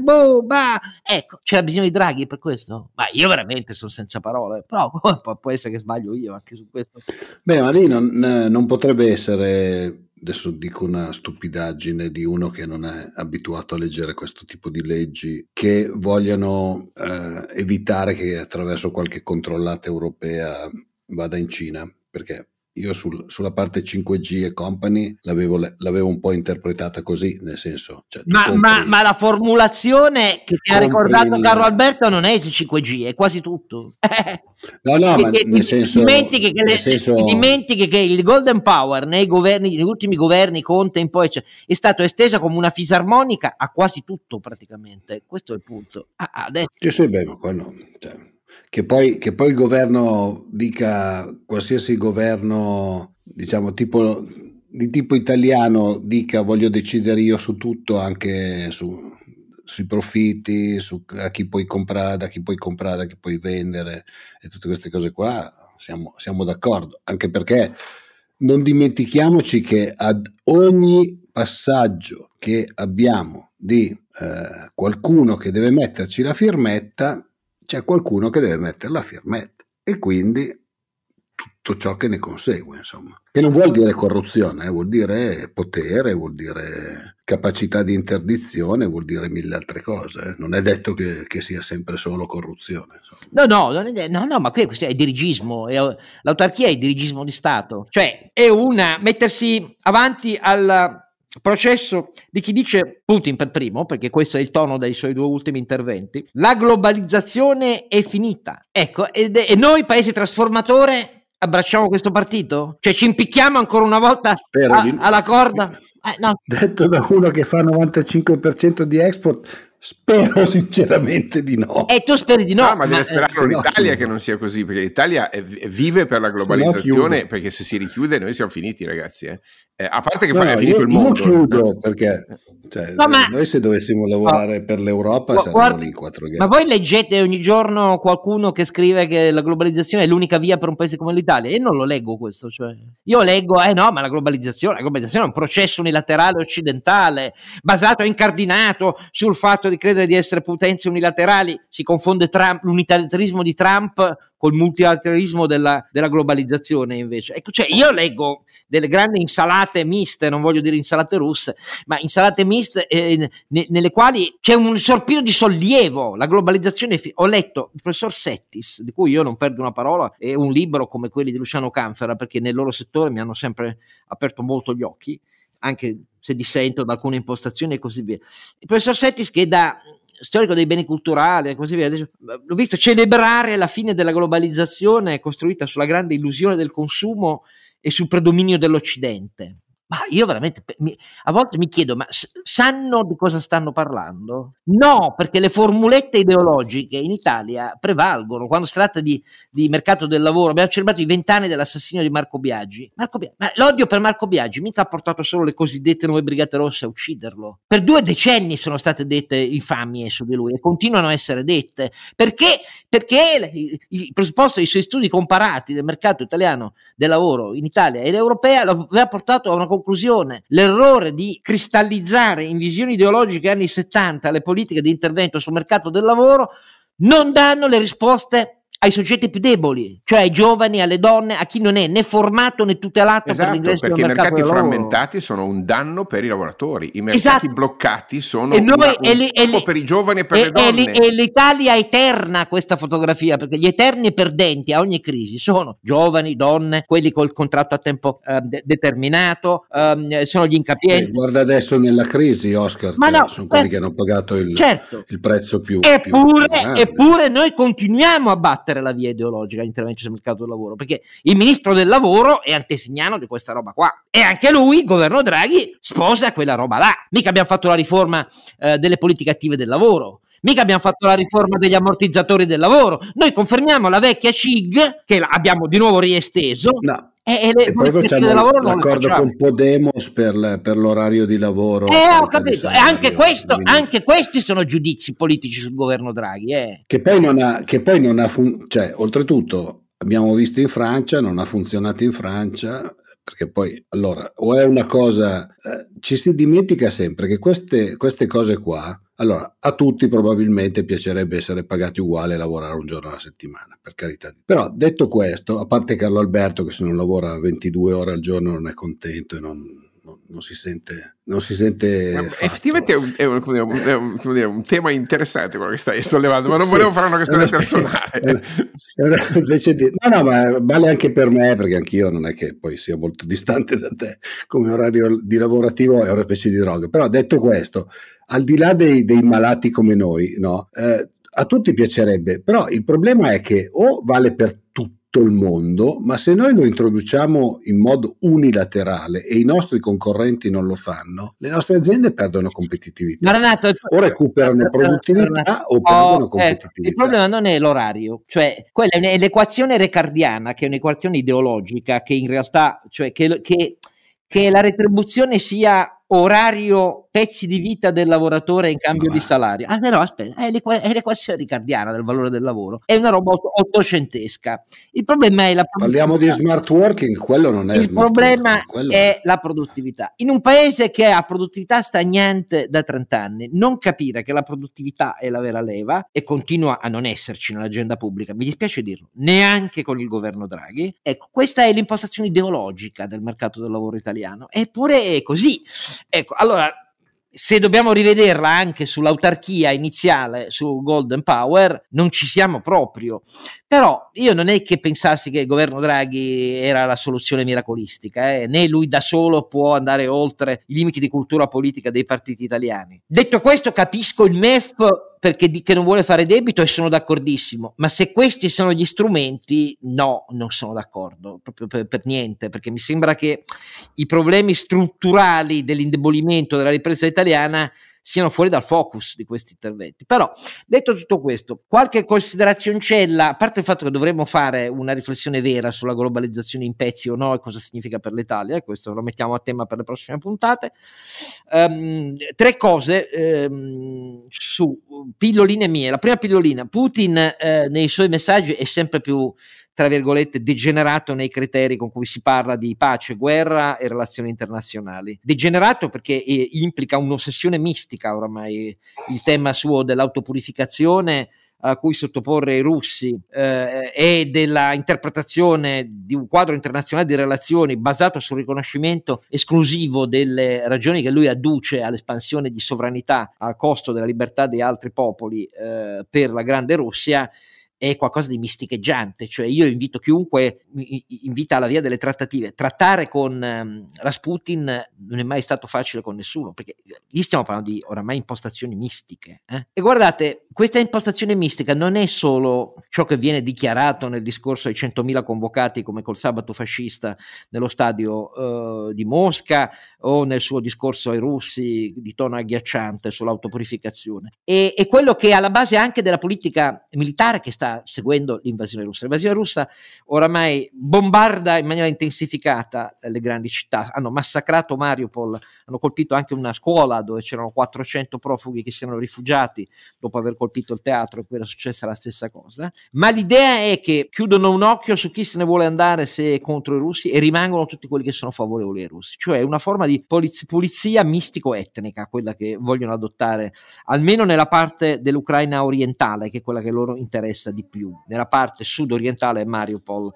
ecco, c'era bisogno di Draghi per questo? Ma io veramente sono senza parole, però può essere che sbaglio io anche su questo. Beh, ma lì non potrebbe essere, adesso dico una stupidaggine di uno che non è abituato a leggere questo tipo di leggi, che vogliano evitare che attraverso qualche controllata europea vada in Cina, perché io sulla parte 5G e company l'avevo un po' interpretata così, nel senso, cioè, ma la formulazione che ti ha ricordato Carlo Alberto non è il 5G, è quasi tutto. No, ma nel senso, dimentichi che il Golden Power negli ultimi governi Conte in poi è stato estesa come una fisarmonica a quasi tutto praticamente. Questo è il punto. Adesso. Ma quello, cioè, che poi il governo dica, qualsiasi governo, diciamo, di tipo italiano, dica voglio decidere io su tutto, anche sui profitti, a chi puoi comprare, da chi puoi comprare, da chi puoi vendere, e tutte queste cose qua siamo d'accordo, anche perché non dimentichiamoci che ad ogni passaggio che abbiamo di qualcuno che deve metterci la firmetta, c'è qualcuno che deve mettere la firmetta, e quindi tutto ciò che ne consegue, insomma. Che non vuol dire corruzione, vuol dire potere, vuol dire capacità di interdizione, vuol dire mille altre cose. Non è detto che sia sempre solo corruzione. No, ma questo è dirigismo, l'autarchia è il dirigismo di Stato, cioè è mettersi avanti al processo di chi dice, Putin per primo, perché questo è il tono dei suoi 2 ultimi interventi, la globalizzazione è finita, ecco, e noi paese trasformatore abbracciamo questo partito? Cioè ci impicchiamo ancora una volta alla corda? No. Detto da uno che fa 95% di export, spero sinceramente di no. E tu speri di no? Ma deve sperare l'Italia che non sia così, perché l'Italia vive per la globalizzazione, perché se si richiude noi siamo finiti, ragazzi. A parte che è finito il mondo. Io chiudo, perché noi se dovessimo lavorare per l'Europa saremmo lì 4 gatti. Ma voi leggete ogni giorno qualcuno che scrive che la globalizzazione è l'unica via per un paese come l'Italia? Io non lo leggo questo, cioè io leggo ma la globalizzazione è un processo unilaterale occidentale basato, incardinato sul fatto di credere di essere potenze unilaterali. Si confonde l'unitarismo di Trump col multilateralismo della globalizzazione invece. Ecco, cioè io leggo delle grandi insalate miste, non voglio dire insalate russe, ma insalate miste nelle quali c'è un sospiro di sollievo. La globalizzazione, ho letto il professor Settis, di cui io non perdo una parola, e un libro come quelli di Luciano Canfera, perché nel loro settore mi hanno sempre aperto molto gli occhi, anche se dissento da alcune impostazioni e così via. Il professor Settis, che da storico dei beni culturali e così via, l'ho visto celebrare la fine della globalizzazione costruita sulla grande illusione del consumo e sul predominio dell'Occidente. Ma io veramente a volte mi chiedo, ma sanno di cosa stanno parlando? No, perché le formulette ideologiche in Italia prevalgono. Quando si tratta di mercato del lavoro, abbiamo celebrato i 20 anni dell'assassinio di Marco Biagi. Ma l'odio per Marco Biagi mica ha portato solo le cosiddette nuove brigate rosse a ucciderlo. Per 2 decenni sono state dette infamie su di lui e continuano a essere dette. Perché il presupposto dei suoi studi comparati del mercato italiano del lavoro in Italia ed europea lo aveva portato a una conclusione: l'errore di cristallizzare in visioni ideologiche anni 70 le politiche di intervento sul mercato del lavoro non danno le risposte ai soggetti più deboli, cioè ai giovani, alle donne, a chi non è né formato né tutelato per l'ingresso perché nel mercato del lavoro. I mercati frammentati sono un danno per i lavoratori, i mercati bloccati sono un danno per i giovani e per le donne. E l'Italia eterna questa fotografia, perché gli eterni perdenti a ogni crisi sono giovani, donne, quelli col contratto a tempo determinato, sono gli incapienti. Guarda adesso nella crisi, Oscar, sono quelli che hanno pagato il prezzo più. Eppure noi continuiamo a battere la via ideologica all'intervento sul mercato del lavoro, perché il ministro del lavoro è antesignano di questa roba qua, e anche lui, il governo Draghi, sposa quella roba là. Mica abbiamo fatto la riforma delle politiche attive del lavoro, mica abbiamo fatto la riforma degli ammortizzatori del lavoro. Noi confermiamo la vecchia CIG, che abbiamo di nuovo riesteso. No. E poi facciamo l'accordo con Podemos per l'orario di lavoro. Ho capito. E anche questi sono giudizi politici sul governo Draghi. Che poi non ha cioè, oltretutto abbiamo visto in Francia, non ha funzionato in Francia, perché poi allora o è una cosa, ci si dimentica sempre che queste cose qua, allora a tutti probabilmente piacerebbe essere pagati uguali e lavorare un giorno alla settimana, per carità. Però detto questo, a parte Carlo Alberto che se non lavora 22 ore al giorno non è contento e non si sente effettivamente è un tema interessante quello che stai sollevando, ma non volevo fare una questione personale. No, ma vale anche per me, perché anch'io non è che poi sia molto distante da te come orario di lavorativo, è una specie di droga. Però detto questo, al di là dei malati come noi, no, a tutti piacerebbe, però il problema è che o vale per tutto il mondo, ma se noi lo introduciamo in modo unilaterale e i nostri concorrenti non lo fanno, le nostre aziende perdono competitività. Renato, o recuperano produttività o perdono competitività. Il problema non è l'orario, cioè quella è l'equazione ricardiana, che è un'equazione ideologica che in realtà, cioè che la retribuzione sia orario pezzi di vita del lavoratore in cambio di salario. No, aspetta, è l'equazione ricardiana del valore del lavoro, è una roba ottocentesca. Il problema è parliamo di smart working, quello non è il problema è la produttività. In un paese che ha produttività stagnante da 30 anni, non capire che la produttività è la vera leva, e continua a non esserci nell'agenda pubblica, mi dispiace dirlo, neanche con il governo Draghi. Ecco, questa è l'impostazione ideologica del mercato del lavoro italiano, eppure è così. Ecco, allora, se dobbiamo rivederla anche sull'autarchia iniziale, su Golden Power, non ci siamo proprio. Però io non è che pensassi che il governo Draghi era la soluzione miracolistica, né lui da solo può andare oltre i limiti di cultura politica dei partiti italiani. Detto questo, capisco il MEF che non vuole fare debito, e sono d'accordissimo, ma se questi sono gli strumenti, no, non sono d'accordo, proprio per niente, perché mi sembra che i problemi strutturali dell'indebolimento della ripresa italiana siano fuori dal focus di questi interventi. Però, detto tutto questo, qualche considerazioncella, a parte il fatto che dovremmo fare una riflessione vera sulla globalizzazione in pezzi o no e cosa significa per l'Italia, questo lo mettiamo a tema per le prossime puntate. 3 cose su pilloline mie. La prima pillolina: Putin nei suoi messaggi è sempre più, tra virgolette, degenerato nei criteri con cui si parla di pace, guerra e relazioni internazionali. Degenerato perché implica un'ossessione mistica oramai, il tema suo dell'autopurificazione a cui sottoporre i russi e della interpretazione di un quadro internazionale di relazioni basato sul riconoscimento esclusivo delle ragioni che lui adduce all'espansione di sovranità a costo della libertà di altri popoli per la grande Russia, è qualcosa di misticheggiante. Cioè io invito chiunque invita alla via delle trattative. Trattare con Rasputin non è mai stato facile con nessuno, perché lì stiamo parlando di oramai impostazioni mistiche, E guardate, questa impostazione mistica non è solo ciò che viene dichiarato nel discorso ai 100.000 convocati come col sabato fascista nello stadio di Mosca, o nel suo discorso ai russi di tono agghiacciante sull'autopurificazione, è quello che è alla base anche della politica militare che sta seguendo l'invasione russa. L'invasione russa oramai bombarda in maniera intensificata le grandi città. Hanno massacrato Mariupol, hanno colpito anche una scuola dove c'erano 400 profughi che si erano rifugiati dopo aver colpito il teatro, e poi era successa la stessa cosa. Ma l'idea è che chiudono un occhio su chi se ne vuole andare se è contro i russi, e rimangono tutti quelli che sono favorevoli ai russi. Cioè una forma di pulizia mistico-etnica, quella che vogliono adottare almeno nella parte dell'Ucraina orientale, che è quella che loro interessa di più. Nella parte sud-orientale è Mariupol,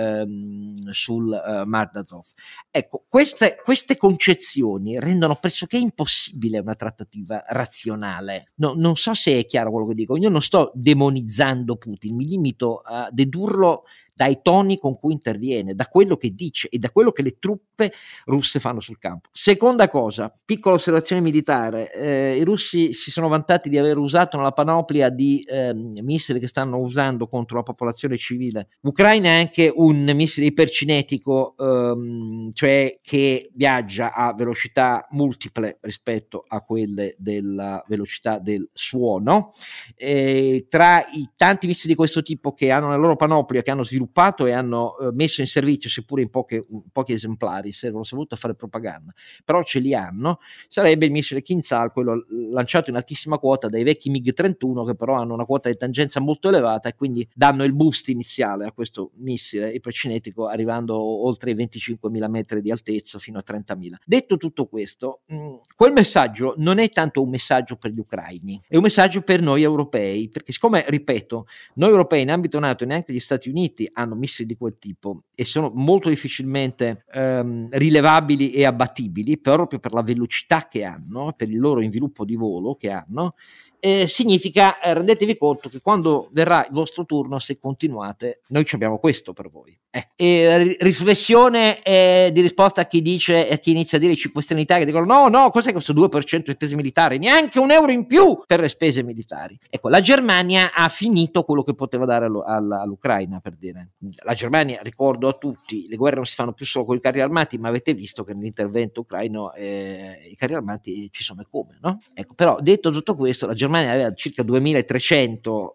sul Mar d'Azov. Ecco, queste concezioni rendono pressoché impossibile una trattativa razionale. Non so se è chiaro quello che dico. Io non sto demonizzando Putin, mi limito a dedurlo dai toni con cui interviene, da quello che dice e da quello che le truppe russe fanno sul campo. Seconda cosa, piccola osservazione militare, i russi si sono vantati di aver usato nella panoplia di missili che stanno usando contro la popolazione civile ucraina anche un missile ipercinetico, cioè che viaggia a velocità multiple rispetto a quelle della velocità del suono. Tra i tanti missili di questo tipo che hanno nella loro panoplia, che hanno sviluppato e hanno messo in servizio, seppure in pochi esemplari, servono soprattutto a fare propaganda, però ce li hanno, sarebbe il missile Kinzhal, quello lanciato in altissima quota dai vecchi MiG-31, che però hanno una quota di tangenza molto elevata e quindi danno il boost iniziale a questo missile ipercinetico, arrivando oltre i 25.000 metri di altezza fino a 30.000. Detto tutto questo, quel messaggio non è tanto un messaggio per gli ucraini, è un messaggio per noi europei, perché siccome, ripeto, noi europei in ambito NATO e neanche gli Stati Uniti hanno missili di quel tipo e sono molto difficilmente rilevabili e abbattibili, proprio per la velocità che hanno, per il loro inviluppo di volo che hanno, significa, rendetevi conto che quando verrà il vostro turno, se continuate, noi ci abbiamo questo per voi. E riflessione di risposta a chi dice, a chi inizia a dire i 5 Stelle in Italia, che dicono no, cos'è questo 2% di spese militari? Neanche €1 in più per le spese militari. Ecco, la Germania ha finito quello che poteva dare all'Ucraina, per dire. La Germania, ricordo a tutti, le guerre non si fanno più solo con i carri armati, ma avete visto che nell'intervento ucraino i carri armati ci sono e come, no? Ecco, però detto tutto questo, la Germania aveva circa 2.300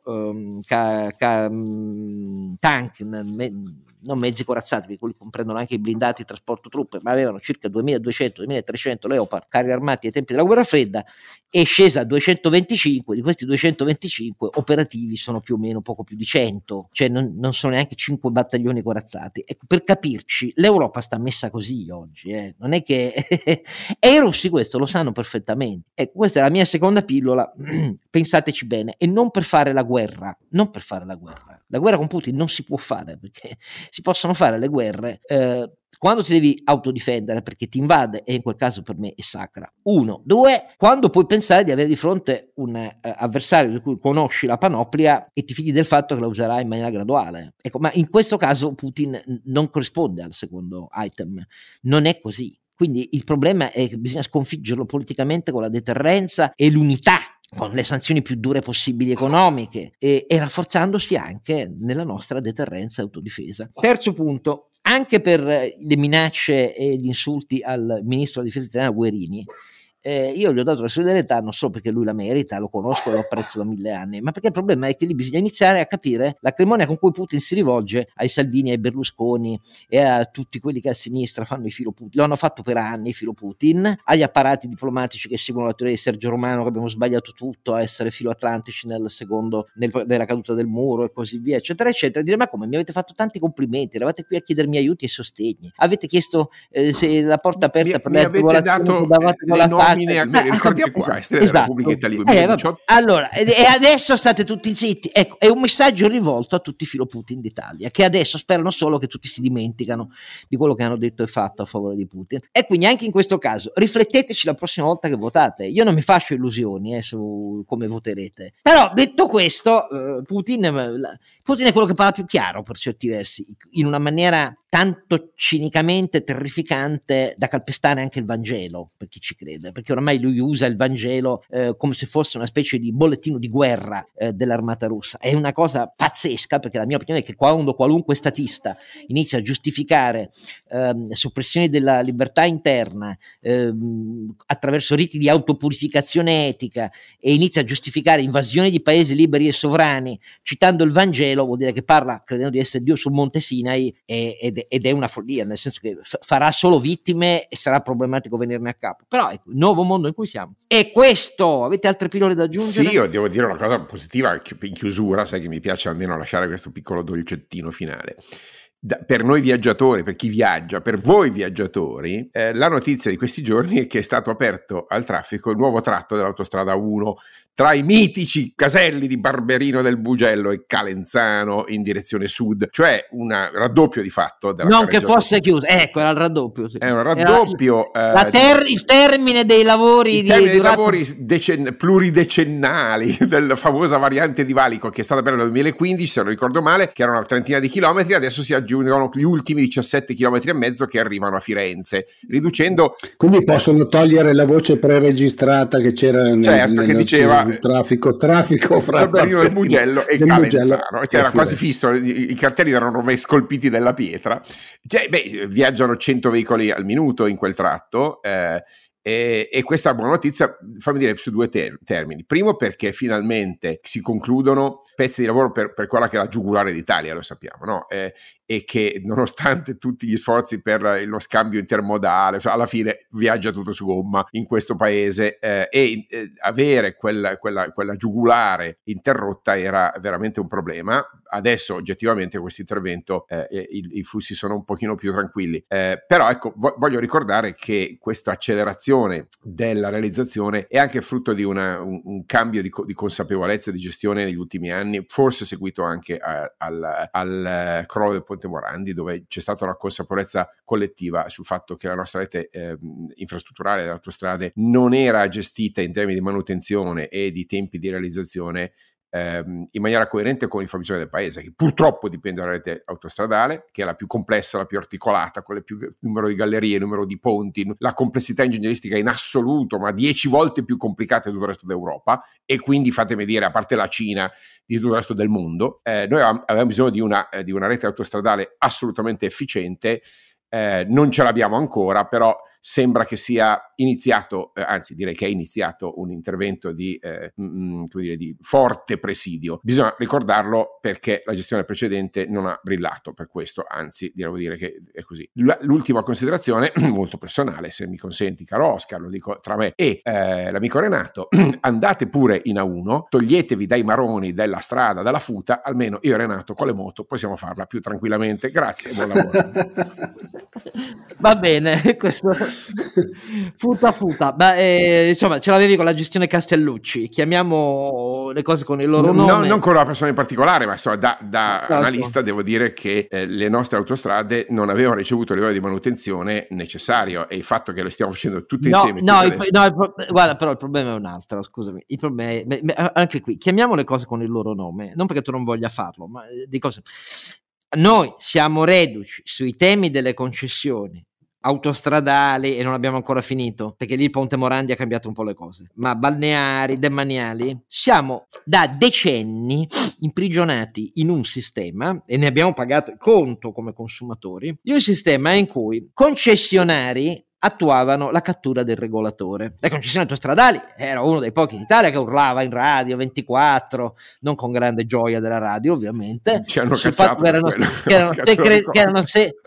tank, non mezzi corazzati, perché quelli comprendono anche i blindati, trasporto truppe, ma avevano circa 2.200-2.300 Leopard, carri armati ai tempi della guerra fredda, è scesa a 225. Di questi 225 operativi sono più o meno poco più di 100, cioè non sono neanche 5 battaglioni corazzati. Ecco, per capirci, l'Europa sta messa così oggi, non è che e i russi questo lo sanno perfettamente. Ecco, questa è la mia seconda pillola. Pensateci bene, e non per fare la guerra, la guerra con Putin non si può fare, perché si possono fare le guerre quando ti devi autodifendere perché ti invade, e in quel caso per me è sacra. 1, 2, quando puoi pensare di avere di fronte un avversario di cui conosci la panoplia e ti fidi del fatto che la userà in maniera graduale. Ecco, ma in questo caso Putin non corrisponde al secondo item, non è così. Quindi il problema è che bisogna sconfiggerlo politicamente con la deterrenza e l'unità, con le sanzioni più dure possibili economiche e rafforzandosi anche nella nostra deterrenza e autodifesa. Terzo punto, anche per le minacce e gli insulti al ministro della difesa italiano Guerini, io gli ho dato la solidarietà non solo perché lui la merita, lo conosco e lo apprezzo da 1000 anni, ma perché il problema è che lì bisogna iniziare a capire l'acrimonia con cui Putin si rivolge ai Salvini, ai Berlusconi e a tutti quelli che a sinistra fanno i filo Putin. Lo hanno fatto per anni i filo Putin, agli apparati diplomatici che seguono la teoria di Sergio Romano, che abbiamo sbagliato tutto a essere filo atlantici nella caduta del muro e così via, eccetera eccetera, e dire: ma come, mi avete fatto tanti complimenti, eravate qui a chiedermi aiuti e sostegni, avete chiesto se la porta aperta per le avete dato le ricordiamo questa della Repubblica Italiana 2018. Allora, e adesso state tutti zitti. Ecco, è un messaggio rivolto a tutti i filo Putin d'Italia, che adesso sperano solo che tutti si dimenticano di quello che hanno detto e fatto a favore di Putin. E quindi anche in questo caso rifletteteci la prossima volta che votate. Io non mi faccio illusioni su come voterete, però detto questo, Putin è quello che parla più chiaro per certi versi, in una maniera tanto cinicamente terrificante da calpestare anche il Vangelo, per chi ci crede, perché ormai lui usa il Vangelo come se fosse una specie di bollettino di guerra dell'armata russa. È una cosa pazzesca, perché la mia opinione è che quando qualunque statista inizia a giustificare soppressioni della libertà interna attraverso riti di autopurificazione etica e inizia a giustificare invasioni di paesi liberi e sovrani citando il Vangelo, vuol dire che parla credendo di essere Dio sul Monte Sinai ed è una follia, nel senso che farà solo vittime e sarà problematico venirne a capo. Però ecco, il nuovo mondo in cui siamo. E questo, avete altre pillole da aggiungere? Sì, io devo dire una cosa positiva in chiusura, sai che mi piace almeno lasciare questo piccolo dolcettino finale. Per noi viaggiatori, per chi viaggia, per voi viaggiatori, la notizia di questi giorni è che è stato aperto al traffico il nuovo tratto dell'autostrada 1 tra i mitici caselli di Barberino del Bugello e Calenzano in direzione sud, cioè un raddoppio di fatto della non che fosse chiuso, ecco, era il raddoppio, sì. È un raddoppio, il termine dei lavori pluridecennali della famosa variante di Valico, che è stata aperta nel 2015, se non ricordo male, che erano una trentina di chilometri. Adesso si aggiungono gli ultimi 17 chilometri e mezzo che arrivano a Firenze, riducendo. Quindi possono togliere la voce preregistrata che c'era che diceva traffico fra Barberino del Bugello e Calenzano, era quasi fisso, i cartelli erano ormai scolpiti nella pietra. Viaggiano 100 veicoli al minuto in quel tratto, e questa è una buona notizia, fammi dire, su due termini. Primo, perché finalmente si concludono pezzi di lavoro per quella che è la giugulare d'Italia, lo sappiamo, no? E che nonostante tutti gli sforzi per lo scambio intermodale, alla fine viaggia tutto su gomma in questo paese, e avere quella giugulare interrotta era veramente un problema. Adesso oggettivamente questo intervento, i flussi sono un pochino più tranquilli, però ecco, voglio ricordare che questa accelerazione della realizzazione è anche frutto di un cambio di consapevolezza e di gestione negli ultimi anni, forse seguito anche al crollo del Ponte Morandi, dove c'è stata una consapevolezza collettiva sul fatto che la nostra rete infrastrutturale delle autostrade non era gestita in termini di manutenzione e di tempi di realizzazione in maniera coerente con il fabbisogno del paese, che purtroppo dipende dalla rete autostradale, che è la più complessa, la più articolata, con il numero di gallerie, il numero di ponti, la complessità ingegneristica in assoluto, ma 10 volte più complicata di tutto il resto d'Europa, e quindi fatemi dire, a parte la Cina, di tutto il resto del mondo. Noi avevamo bisogno di una rete autostradale assolutamente efficiente. Non ce l'abbiamo ancora, però sembra che sia iniziato, anzi direi che è iniziato un intervento di forte presidio. Bisogna ricordarlo, perché la gestione precedente non ha brillato per questo, anzi devo dire che è così. L'ultima considerazione, molto personale, se mi consenti, caro Oscar, lo dico tra me e l'amico Renato: andate pure in A1, toglietevi dai maroni della strada, dalla futa, almeno io e Renato con le moto possiamo farla più tranquillamente. Grazie e buon lavoro. Va bene, questo futa. Ma insomma, ce l'avevi con la gestione Castellucci, chiamiamo le cose con il loro nome. Non con una persona in particolare, ma insomma, da analista devo dire che le nostre autostrade non avevano ricevuto il livello di manutenzione necessario, e il fatto che le stiamo facendo tutte insieme. Guarda, però il problema è un altro, scusami. Il problema è, anche qui, chiamiamo le cose con il loro nome, non perché tu non voglia farlo, ma di cose. Noi siamo reduci sui temi delle concessioni autostradali, e non abbiamo ancora finito, perché lì il Ponte Morandi ha cambiato un po' le cose, ma balneari, demaniali, siamo da decenni imprigionati in un sistema, e ne abbiamo pagato il conto come consumatori, di un sistema in cui concessionari attuavano la cattura del regolatore. Le concessioni autostradali era uno dei pochi in Italia che urlava in radio 24, non con grande gioia della radio ovviamente, ci hanno sul fatto che erano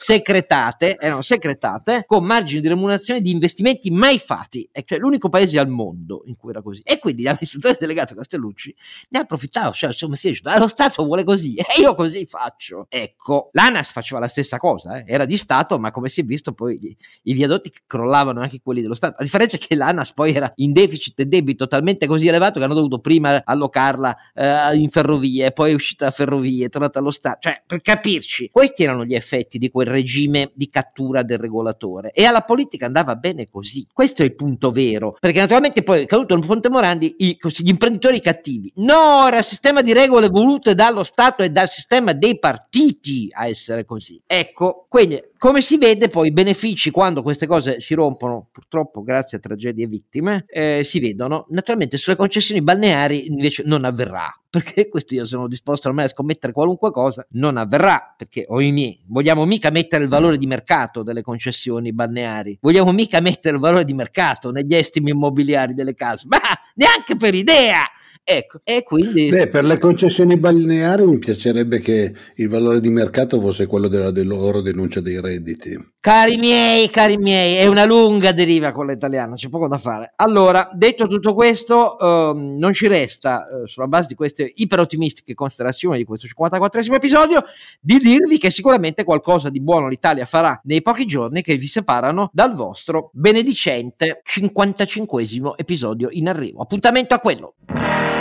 secretate con margini di remunerazione di investimenti mai fatti, e cioè l'unico paese al mondo in cui era così. E quindi l'amministratore delegato Castellucci ne ha approfittato, cioè insomma, si è detto, lo Stato vuole così e io così faccio. Ecco, l'ANAS faceva la stessa cosa, era di Stato, ma come si è visto poi i viadotti crollavano anche quelli dello Stato. La differenza è che l'ANAS poi era in deficit e debito talmente così elevato che hanno dovuto prima allocarla in ferrovie, poi è uscita da ferrovie, è tornata allo Stato. Cioè, per capirci, questi erano gli effetti di quel regime di cattura del regolatore, e alla politica andava bene così. Questo è il punto vero, perché naturalmente poi è caduto il Ponte Morandi, gli imprenditori cattivi. No, era il sistema di regole volute dallo Stato e dal sistema dei partiti a essere così. Ecco, quindi come si vede poi i benefici quando queste cose si rompono, purtroppo grazie a tragedie e vittime, si vedono. Naturalmente sulle concessioni balneari invece non avverrà, perché questo io sono disposto ormai a scommettere qualunque cosa, non avverrà, perché vogliamo mica mettere il valore di mercato delle concessioni balneari, vogliamo mica mettere il valore di mercato negli estimi immobiliari delle case, ma neanche per idea. Ecco, e quindi per le concessioni balneari mi piacerebbe che il valore di mercato fosse quello della loro denuncia dei redditi. Cari miei, è una lunga deriva quella italiana, c'è poco da fare. Allora, detto tutto questo, non ci resta, sulla base di queste iperottimistiche considerazioni di questo 54esimo episodio, di dirvi che sicuramente qualcosa di buono l'Italia farà nei pochi giorni che vi separano dal vostro benedicente 55esimo episodio in arrivo. Appuntamento a quello!